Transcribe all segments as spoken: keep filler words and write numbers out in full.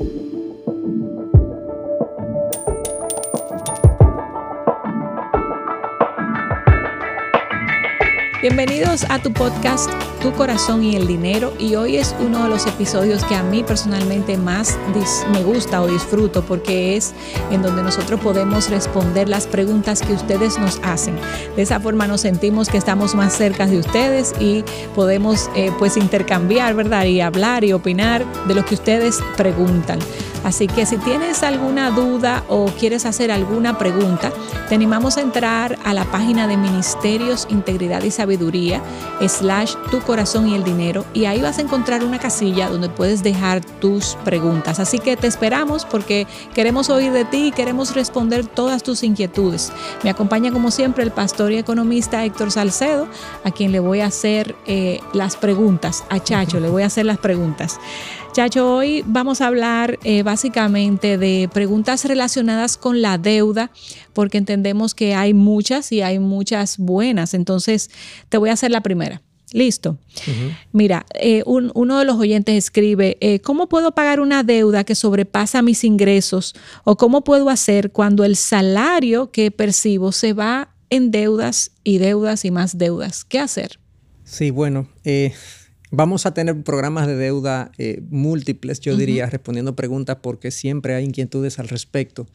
Bienvenidos a tu podcast Tu Corazón y el Dinero, y hoy es uno de los episodios que a mí personalmente más dis- me gusta o disfruto, porque es en donde nosotros podemos responder las preguntas que ustedes nos hacen. De esa forma nos sentimos que estamos más cerca de ustedes y podemos eh, pues intercambiar, ¿verdad? Y hablar y opinar de lo que ustedes preguntan. Así que si tienes alguna duda o quieres hacer alguna pregunta, te animamos a entrar a la página de Ministerios, Integridad y Sabiduría, slash Tu Corazón y el Dinero, y ahí vas a encontrar una casilla donde puedes dejar tus preguntas. Así que te esperamos porque queremos oír de ti y queremos responder todas tus inquietudes. Me acompaña como siempre el pastor y economista Héctor Salcedo, a quien le voy a hacer eh, las preguntas, a Chacho le voy a hacer las preguntas. Chacho, hoy vamos a hablar eh, básicamente de preguntas relacionadas con la deuda, porque entendemos que hay muchas y hay muchas buenas. Entonces, te voy a hacer la primera. ¿Listo? Uh-huh. Mira, eh, un, uno de los oyentes escribe, eh, ¿cómo puedo pagar una deuda que sobrepasa mis ingresos? ¿O cómo puedo hacer cuando el salario que percibo se va en deudas y deudas y más deudas? ¿Qué hacer? Sí, bueno, eh... vamos a tener programas de deuda eh, múltiples, yo uh-huh. diría, respondiendo preguntas porque siempre hay inquietudes al respecto.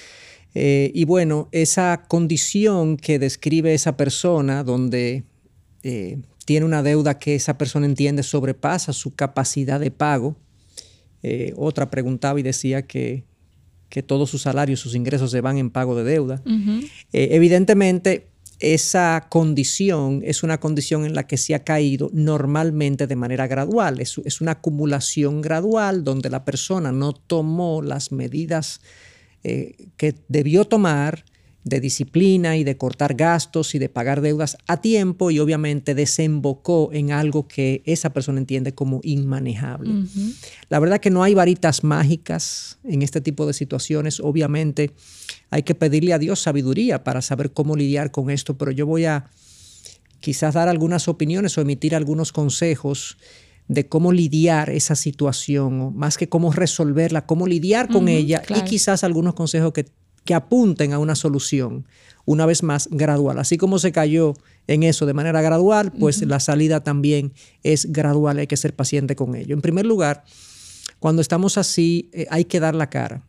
Eh, y bueno, esa condición que describe esa persona, donde eh, tiene una deuda que esa persona entiende sobrepasa su capacidad de pago. Eh, otra preguntaba y decía que, que todos sus salarios, sus ingresos se van en pago de deuda. Uh-huh. Eh, evidentemente, esa condición es una condición en la que se ha caído normalmente de manera gradual. Es, es una acumulación gradual donde la persona no tomó las medidas eh, que debió tomar de disciplina y de cortar gastos y de pagar deudas a tiempo, y obviamente desembocó en algo que esa persona entiende como inmanejable. Uh-huh. La verdad que no hay varitas mágicas en este tipo de situaciones. Obviamente hay que pedirle a Dios sabiduría para saber cómo lidiar con esto, pero yo voy a quizás dar algunas opiniones o emitir algunos consejos de cómo lidiar esa situación, o más que cómo resolverla, cómo lidiar con uh-huh, ella, claro. Y quizás algunos consejos que, que apunten a una solución, una vez más gradual. Así como se cayó en eso de manera gradual, pues uh-huh. la salida también es gradual, hay que ser paciente con ello. En primer lugar, cuando estamos así, eh, hay que dar la cara.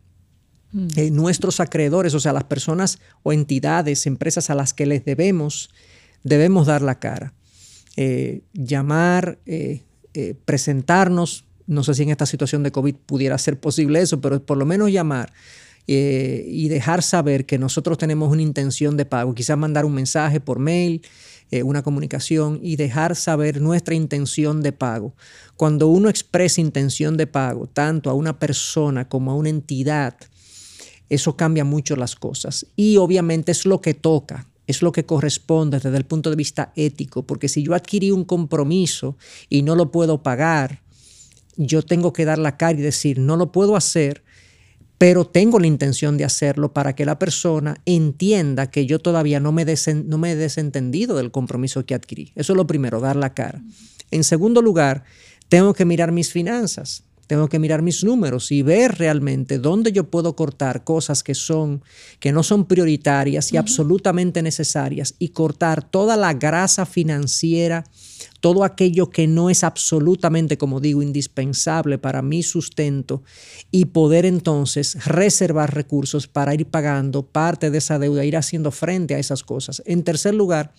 Eh, nuestros acreedores, o sea, las personas o entidades, empresas a las que les debemos, debemos dar la cara. Eh, llamar, eh, eh, presentarnos, no sé si en esta situación de COVID pudiera ser posible eso, pero por lo menos llamar eh, y dejar saber que nosotros tenemos una intención de pago, quizás mandar un mensaje por mail, eh, una comunicación, y dejar saber nuestra intención de pago. Cuando uno expresa intención de pago, tanto a una persona como a una entidad, eso cambia mucho las cosas, y obviamente es lo que toca, es lo que corresponde desde el punto de vista ético, porque si yo adquirí un compromiso y no lo puedo pagar, yo tengo que dar la cara y decir, no lo puedo hacer, pero tengo la intención de hacerlo para que la persona entienda que yo todavía no me, desen, no me he desentendido del compromiso que adquirí. Eso es lo primero, dar la cara. En segundo lugar, tengo que mirar mis finanzas. Tengo que mirar mis números y ver realmente dónde yo puedo cortar cosas que, son, que no son prioritarias y uh-huh. absolutamente necesarias, y cortar toda la grasa financiera, todo aquello que no es absolutamente, como digo, indispensable para mi sustento, y poder entonces reservar recursos para ir pagando parte de esa deuda, ir haciendo frente a esas cosas. En tercer lugar,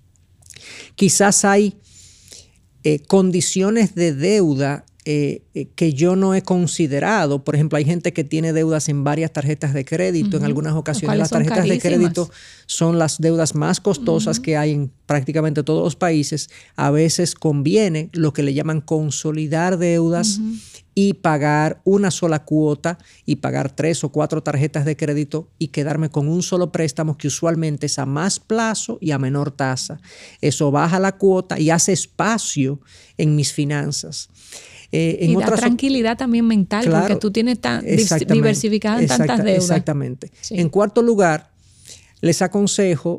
quizás hay eh, condiciones de deuda Eh, eh, que yo no he considerado. Por ejemplo, hay gente que tiene deudas en varias tarjetas de crédito. Uh-huh. En algunas ocasiones las tarjetas de crédito son las deudas más costosas uh-huh. que hay en prácticamente todos los países. A veces conviene lo que le llaman consolidar deudas uh-huh. y pagar una sola cuota y pagar tres o cuatro tarjetas de crédito y quedarme con un solo préstamo que usualmente es a más plazo y a menor tasa. Eso baja la cuota y hace espacio en mis finanzas. Eh, en y otras, da tranquilidad también mental, claro, porque tú tienes tan diversificada en tantas deudas. Exactamente. Sí. En cuarto lugar, les aconsejo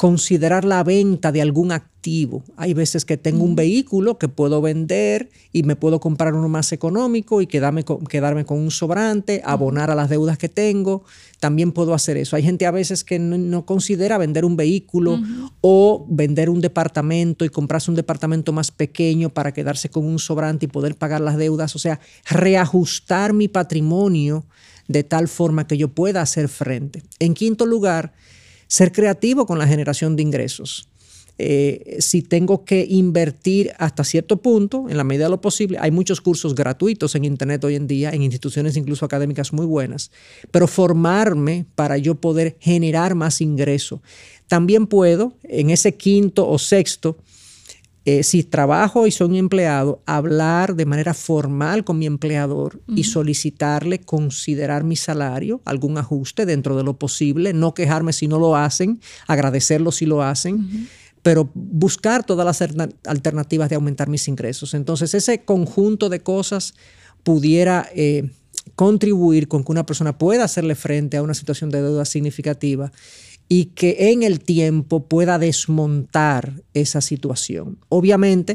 considerar la venta de algún activo. Hay veces que tengo un vehículo que puedo vender y me puedo comprar uno más económico y quedarme con, quedarme con un sobrante, abonar a las deudas que tengo. También puedo hacer eso. Hay gente a veces que no, no considera vender un vehículo uh-huh. o vender un departamento y comprarse un departamento más pequeño para quedarse con un sobrante y poder pagar las deudas. O sea, reajustar mi patrimonio de tal forma que yo pueda hacer frente. En quinto lugar, ser creativo con la generación de ingresos. Eh, si tengo que invertir hasta cierto punto, en la medida de lo posible, hay muchos cursos gratuitos en internet hoy en día, en instituciones incluso académicas muy buenas, pero formarme para yo poder generar más ingreso. También puedo, en ese quinto o sexto, Eh, si trabajo y soy un empleado, hablar de manera formal con mi empleador uh-huh. y solicitarle considerar mi salario, algún ajuste dentro de lo posible, no quejarme si no lo hacen, agradecerlo si lo hacen, uh-huh. pero buscar todas las alternativas de aumentar mis ingresos. Entonces, ese conjunto de cosas pudiera eh, contribuir con que una persona pueda hacerle frente a una situación de deuda significativa y que en el tiempo pueda desmontar esa situación. Obviamente,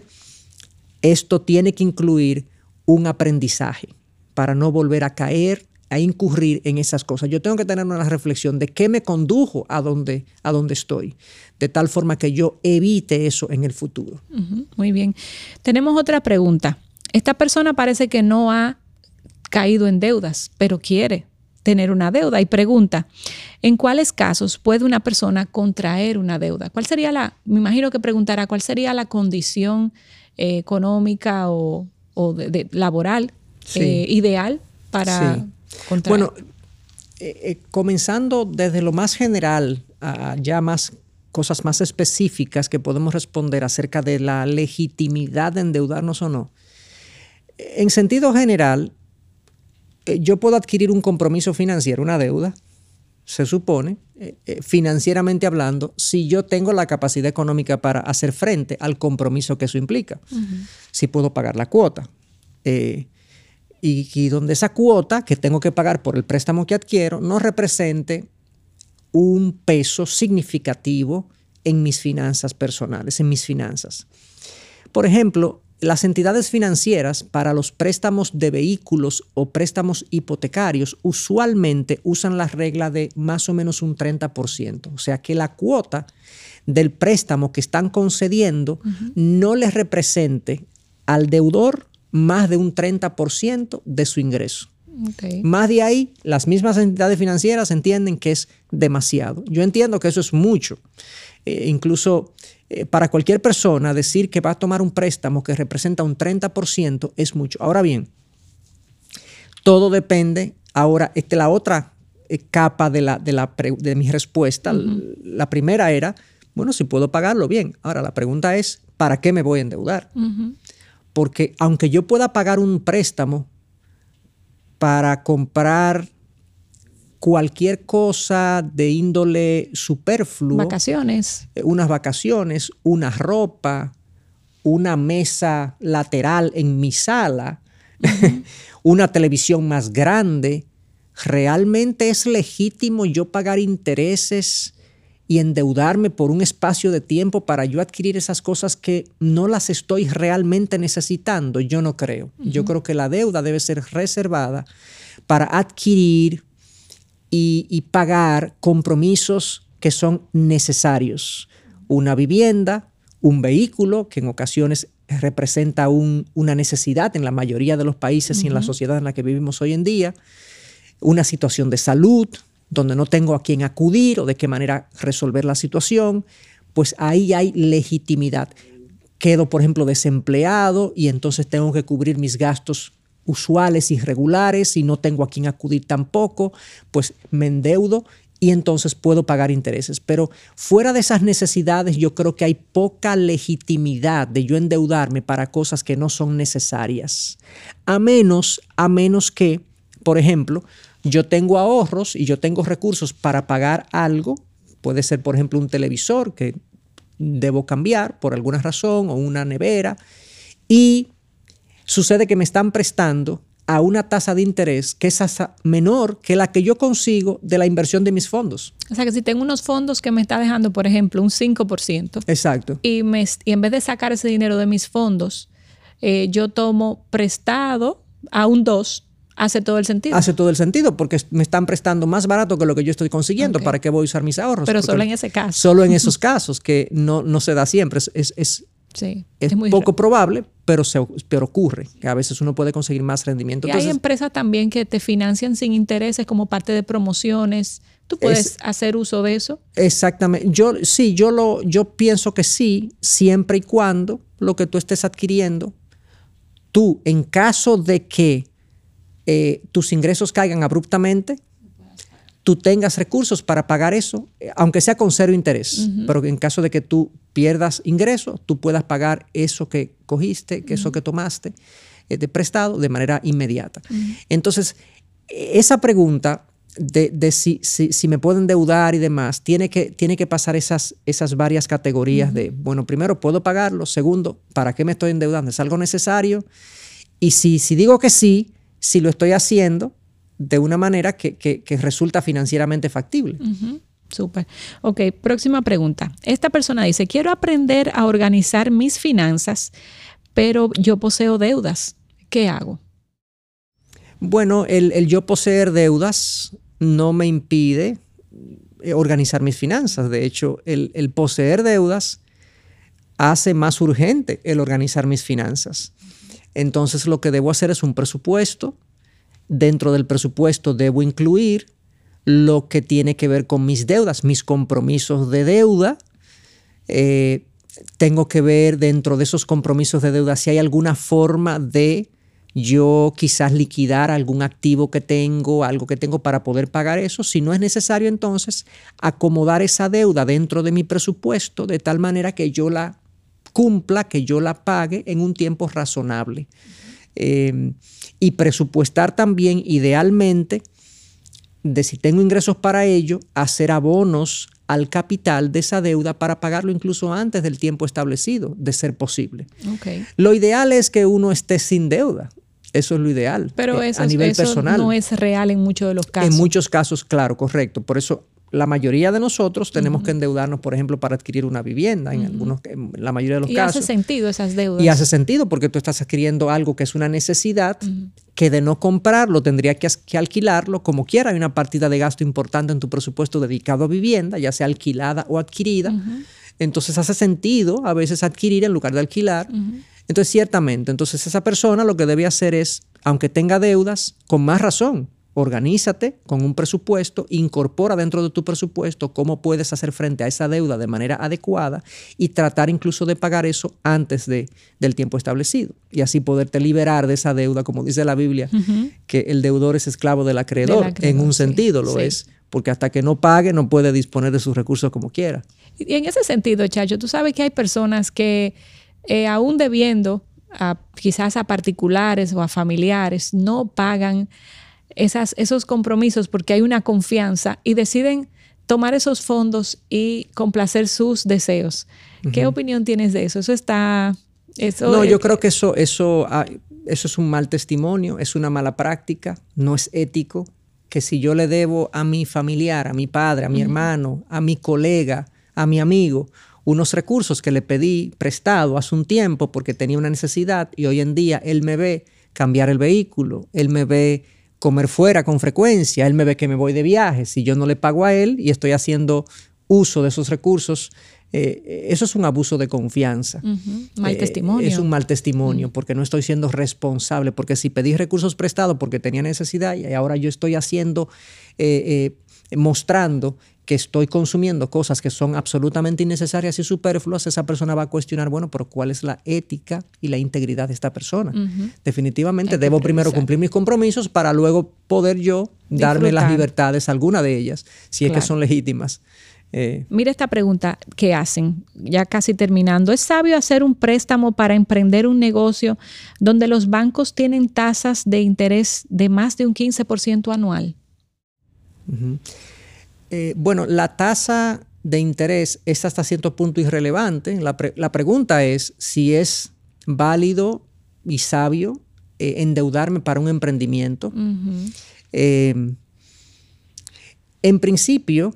esto tiene que incluir un aprendizaje para no volver a caer, a incurrir en esas cosas. Yo tengo que tener una reflexión de qué me condujo a donde, a donde estoy, de tal forma que yo evite eso en el futuro. Uh-huh. Muy bien. Tenemos otra pregunta. Esta persona parece que no ha caído en deudas, pero quiere tener una deuda y pregunta, ¿en cuáles casos puede una persona contraer una deuda? ¿Cuál sería la, me imagino que preguntará, cuál sería la condición eh, económica o, o de, de, laboral sí. eh, ideal para sí. contraer? Bueno, eh, eh, comenzando desde lo más general a ya más cosas más específicas que podemos responder acerca de la legitimidad de endeudarnos o no. En sentido general, yo puedo adquirir un compromiso financiero, una deuda, se supone, eh, eh, financieramente hablando, si yo tengo la capacidad económica para hacer frente al compromiso que eso implica. Uh-huh. Si puedo pagar la cuota. Eh, y, y donde esa cuota que tengo que pagar por el préstamo que adquiero no represente un peso significativo en mis finanzas personales, en mis finanzas. Por ejemplo, las entidades financieras para los préstamos de vehículos o préstamos hipotecarios usualmente usan la regla de más o menos un treinta por ciento. O sea que la cuota del préstamo que están concediendo uh-huh. no les represente al deudor más de un treinta por ciento de su ingreso. Okay. Más de ahí, las mismas entidades financieras entienden que es demasiado. Yo entiendo que eso es mucho. Eh, incluso eh, para cualquier persona decir que va a tomar un préstamo que representa un treinta por ciento es mucho. Ahora bien, todo depende. Ahora, esta es la otra eh, capa de, la, de, la pre, de mi respuesta. Uh-huh. La primera era, bueno, si puedo pagarlo, bien. Ahora, la pregunta es, ¿para qué me voy a endeudar? Uh-huh. Porque aunque yo pueda pagar un préstamo para comprar cualquier cosa de índole superfluo. Vacaciones. Unas vacaciones, una ropa, una mesa lateral en mi sala, uh-huh. una televisión más grande. ¿Realmente es legítimo yo pagar intereses y endeudarme por un espacio de tiempo para yo adquirir esas cosas que no las estoy realmente necesitando? Yo no creo. Uh-huh. Yo creo que la deuda debe ser reservada para adquirir y, y pagar compromisos que son necesarios. Una vivienda, un vehículo, que en ocasiones representa un, una necesidad en la mayoría de los países uh-huh. y en la sociedad en la que vivimos hoy en día. Una situación de salud, donde no tengo a quién acudir o de qué manera resolver la situación, pues ahí hay legitimidad. Quedo, por ejemplo, desempleado y entonces tengo que cubrir mis gastos usuales y regulares y no tengo a quién acudir tampoco, pues me endeudo y entonces puedo pagar intereses. Pero fuera de esas necesidades, yo creo que hay poca legitimidad de yo endeudarme para cosas que no son necesarias. A menos, a menos que, por ejemplo, yo tengo ahorros y yo tengo recursos para pagar algo. Puede ser, por ejemplo, un televisor que debo cambiar por alguna razón o una nevera. Y sucede que me están prestando a una tasa de interés que es hasta menor que la que yo consigo de la inversión de mis fondos. O sea que si tengo unos fondos que me está dejando, por ejemplo, un cinco por ciento. Exacto. Y, me, y en vez de sacar ese dinero de mis fondos, eh, yo tomo prestado a un dos, hace todo el sentido. Hace todo el sentido porque me están prestando más barato que lo que yo estoy consiguiendo. Okay. ¿Para qué voy a usar mis ahorros? Pero porque solo en ese caso. Solo en esos casos, que no, no se da siempre. Es, es, es, sí, es, es poco probable, pero, se, pero ocurre. Que a veces uno puede conseguir más rendimiento. Y Entonces, hay empresas también que te financian sin intereses como parte de promociones. ¿Tú puedes es, hacer uso de eso? Exactamente. Yo, sí, yo, lo, yo pienso que sí, siempre y cuando lo que tú estés adquiriendo, tú, en caso de que eh, tus ingresos caigan abruptamente, tú tengas recursos para pagar eso, aunque sea con cero interés. Uh-huh. Pero en caso de que tú pierdas ingresos, tú puedas pagar eso que cogiste, que uh-huh. eso que tomaste eh, de prestado de manera inmediata. Uh-huh. Entonces, esa pregunta de, de si, si, si me puedo endeudar y demás, tiene que, tiene que pasar esas, esas varias categorías uh-huh. de, bueno, primero, ¿puedo pagarlo? Segundo, ¿para qué me estoy endeudando? ¿Es algo necesario? Y si, si digo que sí, si lo estoy haciendo de una manera que, que, que resulta financieramente factible. Uh-huh. Súper. Ok, próxima pregunta. Esta persona dice, quiero aprender a organizar mis finanzas, pero yo poseo deudas. ¿Qué hago? Bueno, el, el yo poseer deudas no me impide organizar mis finanzas. De hecho, el, el poseer deudas hace más urgente el organizar mis finanzas. Entonces, lo que debo hacer es un presupuesto. Dentro del presupuesto debo incluir lo que tiene que ver con mis deudas, mis compromisos de deuda. Eh, tengo que ver dentro de esos compromisos de deuda si hay alguna forma de yo quizás liquidar algún activo que tengo, algo que tengo para poder pagar eso. Si no es necesario, entonces, acomodar esa deuda dentro de mi presupuesto de tal manera que yo la cumpla, que yo la pague en un tiempo razonable. Eh, y presupuestar también, idealmente, de si tengo ingresos para ello, hacer abonos al capital de esa deuda para pagarlo incluso antes del tiempo establecido, de ser posible. Okay. Lo ideal es que uno esté sin deuda. Eso es lo ideal. Pero eso, eh, a nivel eso personal. No es real en muchos de los casos. En muchos casos, claro, correcto. Por eso la mayoría de nosotros tenemos uh-huh. que endeudarnos, por ejemplo, para adquirir una vivienda, en, uh-huh. algunos, en la mayoría de los y casos. Y hace sentido esas deudas. Y hace sentido porque tú estás adquiriendo algo que es una necesidad, uh-huh. que de no comprarlo tendría que, que alquilarlo. Como quiera, hay una partida de gasto importante en tu presupuesto dedicado a vivienda, ya sea alquilada o adquirida. Uh-huh. Entonces hace sentido a veces adquirir en lugar de alquilar. Uh-huh. Entonces, ciertamente, entonces esa persona lo que debe hacer es, aunque tenga deudas, con más razón, organízate con un presupuesto, incorpora dentro de tu presupuesto cómo puedes hacer frente a esa deuda de manera adecuada y tratar incluso de pagar eso antes de, del tiempo establecido. Y así poderte liberar de esa deuda, como dice la Biblia, uh-huh. que el deudor es esclavo del acreedor. Del acreedor, en un sentido sí, lo sí. es, porque hasta que no pague no puede disponer de sus recursos como quiera. Y en ese sentido, Chacho, tú sabes que hay personas que eh, aún debiendo a, quizás a particulares o a familiares no pagan Esas, esos compromisos porque hay una confianza y deciden tomar esos fondos y complacer sus deseos. Uh-huh. ¿Qué opinión tienes de eso? Eso está... Eso no, es, yo creo que eso, eso, eso es un mal testimonio, es una mala práctica, no es ético. Que si yo le debo a mi familiar, a mi padre, a mi uh-huh. hermano, a mi colega, a mi amigo, unos recursos que le pedí prestado hace un tiempo porque tenía una necesidad y hoy en día él me ve cambiar el vehículo, él me ve comer fuera con frecuencia, él me ve que me voy de viaje, si yo no le pago a él y estoy haciendo uso de esos recursos, eh, eso es un abuso de confianza. Uh-huh. Mal eh, testimonio. Es un mal testimonio uh-huh. porque no estoy siendo responsable, porque si pedí recursos prestados porque tenía necesidad y ahora yo estoy haciendo, eh, eh, mostrando que estoy consumiendo cosas que son absolutamente innecesarias y superfluas, esa persona va a cuestionar, bueno, pero ¿cuál es la ética y la integridad de esta persona? Uh-huh. Definitivamente debo primero cumplir mis compromisos para luego poder yo disfrutar, darme las libertades, alguna de ellas, si claro. es que son legítimas. Eh, Mira esta pregunta que hacen, ya casi terminando. ¿Es sabio hacer un préstamo para emprender un negocio donde los bancos tienen tasas de interés de más de un quince por ciento anual? Uh-huh. Eh, bueno, la tasa de interés es hasta cierto punto irrelevante. La, pre- la pregunta es si es válido y sabio eh, endeudarme para un emprendimiento. Uh-huh. Eh, en principio,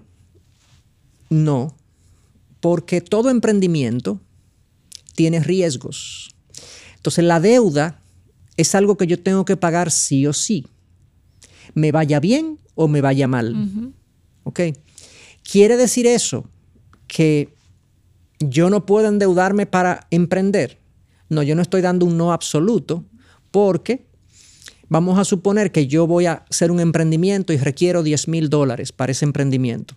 no, porque todo emprendimiento tiene riesgos. Entonces, la deuda es algo que yo tengo que pagar sí o sí, me vaya bien o me vaya mal. Uh-huh. ¿Ok? ¿Quiere decir eso que yo no puedo endeudarme para emprender? No, yo no estoy dando un no absoluto, porque vamos a suponer que yo voy a hacer un emprendimiento y requiero diez mil dólares para ese emprendimiento.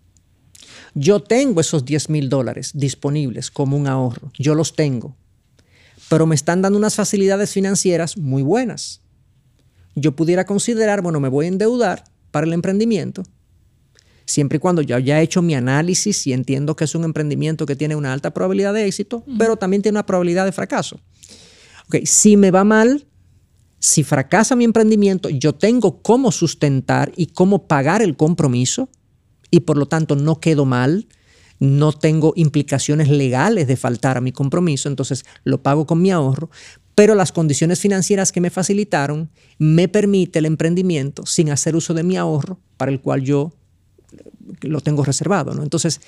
Yo tengo esos diez mil dólares disponibles como un ahorro, yo los tengo, pero me están dando unas facilidades financieras muy buenas. Yo pudiera considerar, bueno, me voy a endeudar para el emprendimiento, siempre y cuando yo haya hecho mi análisis y entiendo que es un emprendimiento que tiene una alta probabilidad de éxito, uh-huh. pero también tiene una probabilidad de fracaso. Okay, si me va mal, si fracasa mi emprendimiento, yo tengo cómo sustentar y cómo pagar el compromiso y por lo tanto no quedo mal, no tengo implicaciones legales de faltar a mi compromiso, entonces lo pago con mi ahorro, pero las condiciones financieras que me facilitaron me permite el emprendimiento sin hacer uso de mi ahorro para el cual yo lo tengo reservado, ¿no? Entonces,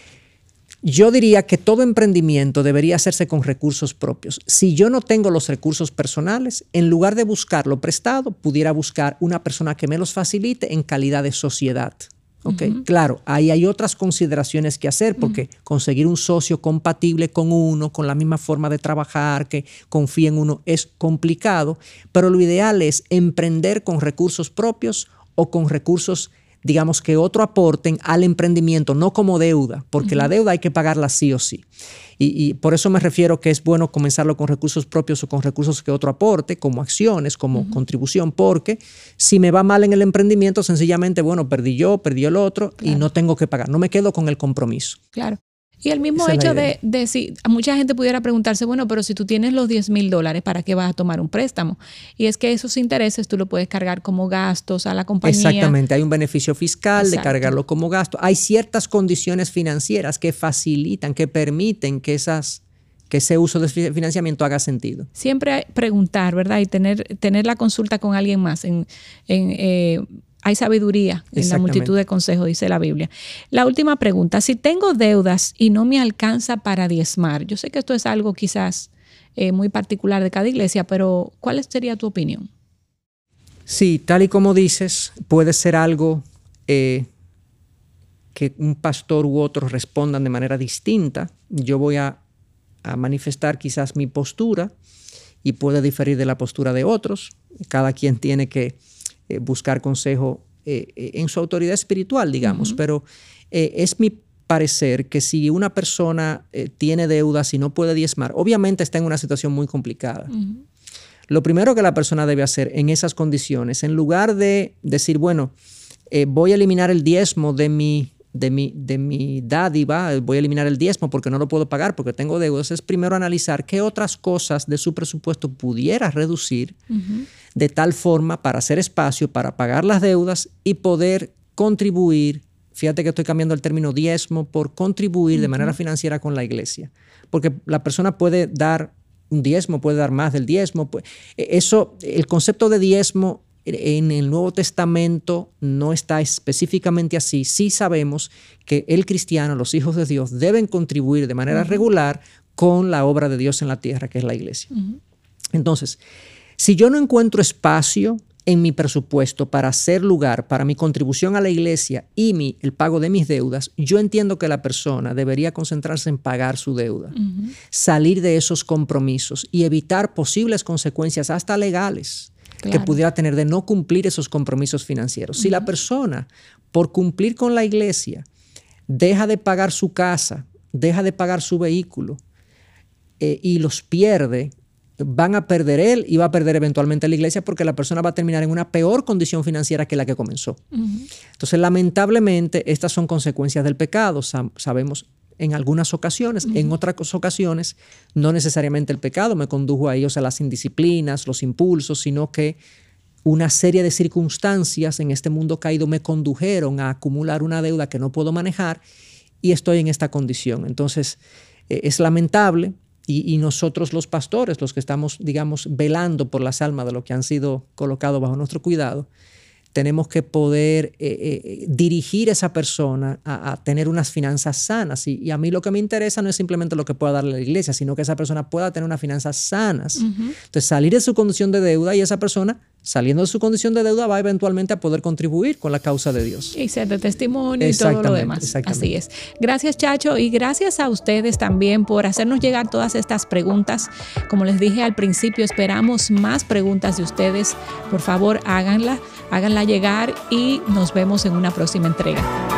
yo diría que todo emprendimiento debería hacerse con recursos propios. Si yo no tengo los recursos personales, en lugar de buscarlo prestado, pudiera buscar una persona que me los facilite en calidad de sociedad. ¿Okay? Uh-huh. Claro, ahí hay otras consideraciones que hacer, porque uh-huh. conseguir un socio compatible con uno, con la misma forma de trabajar, que confíe en uno, es complicado, pero lo ideal es emprender con recursos propios o con recursos, digamos, que otro aporten al emprendimiento, no como deuda, porque uh-huh. la deuda hay que pagarla sí o sí. Y, y por eso me refiero que es bueno comenzarlo con recursos propios o con recursos que otro aporte, como acciones, como uh-huh. contribución, porque si me va mal en el emprendimiento, sencillamente, bueno, perdí yo, perdí el otro, claro. y no tengo que pagar, no me quedo con el compromiso. Claro. Y el mismo Esa hecho de, de si a mucha gente pudiera preguntarse, bueno, pero si tú tienes los diez mil dólares, ¿para qué vas a tomar un préstamo? Y es que esos intereses tú lo puedes cargar como gastos a la compañía. Exactamente, hay un beneficio fiscal Exacto. de cargarlo como gasto. Hay ciertas condiciones financieras que facilitan, que permiten que, esas, que ese uso de financiamiento haga sentido. Siempre hay preguntar, ¿verdad? Y tener, tener la consulta con alguien más en... en eh, Hay sabiduría en la multitud de consejos, dice la Biblia. La última pregunta, si tengo deudas y no me alcanza para diezmar, yo sé que esto es algo quizás eh, muy particular de cada iglesia, pero ¿cuál sería tu opinión? Sí, tal y como dices, puede ser algo eh, que un pastor u otro respondan de manera distinta. Yo voy a, a manifestar quizás mi postura y puede diferir de la postura de otros. Cada quien tiene que Eh, buscar consejo eh, en su autoridad espiritual, digamos, uh-huh. pero eh, es mi parecer que si una persona eh, tiene deudas y no puede diezmar, obviamente está en una situación muy complicada. Uh-huh. Lo primero que la persona debe hacer en esas condiciones, en lugar de decir, bueno, eh, voy a eliminar el diezmo de mi, de, mi, de mi dádiva, voy a eliminar el diezmo porque no lo puedo pagar, porque tengo deudas, es primero analizar qué otras cosas de su presupuesto pudiera reducir uh-huh. de tal forma para hacer espacio, para pagar las deudas y poder contribuir. Fíjate que estoy cambiando el término diezmo por contribuir uh-huh. de manera financiera con la iglesia. Porque la persona puede dar un diezmo, puede dar más del diezmo. Eso, el concepto de diezmo en el Nuevo Testamento no está específicamente así. Sí sabemos que el cristiano, los hijos de Dios, deben contribuir de manera uh-huh. regular con la obra de Dios en la tierra, que es la iglesia. Uh-huh. Entonces, si yo no encuentro espacio en mi presupuesto para hacer lugar para mi contribución a la iglesia y mi, el pago de mis deudas, yo entiendo que la persona debería concentrarse en pagar su deuda, uh-huh. salir de esos compromisos y evitar posibles consecuencias hasta legales claro. que pudiera tener de no cumplir esos compromisos financieros. Uh-huh. Si la persona, por cumplir con la iglesia, deja de pagar su casa, deja de pagar su vehículo eh, y los pierde, van a perder él y va a perder eventualmente la iglesia, porque la persona va a terminar en una peor condición financiera que la que comenzó. Uh-huh. Entonces, lamentablemente, estas son consecuencias del pecado. Sab- sabemos en algunas ocasiones, uh-huh. en otras ocasiones, no necesariamente el pecado me condujo a ellos, a las indisciplinas, los impulsos, sino que una serie de circunstancias en este mundo caído me condujeron a acumular una deuda que no puedo manejar y estoy en esta condición. Entonces, eh, es lamentable. y, y nosotros los pastores, los que estamos, digamos, velando por las almas de los que han sido colocados bajo nuestro cuidado, tenemos que poder eh, eh, dirigir a esa persona a, a tener unas finanzas sanas. Y, y a mí lo que me interesa no es simplemente lo que pueda darle la iglesia, sino que esa persona pueda tener unas finanzas sanas. Uh-huh. Entonces, salir de su condición de deuda y esa persona, saliendo de su condición de deuda, va eventualmente a poder contribuir con la causa de Dios. Y ser de testimonio y todo lo demás. Así es. Gracias, Chacho, y gracias a ustedes también por hacernos llegar todas estas preguntas. Como les dije al principio, esperamos más preguntas de ustedes. Por favor, háganla, háganla llegar y nos vemos en una próxima entrega.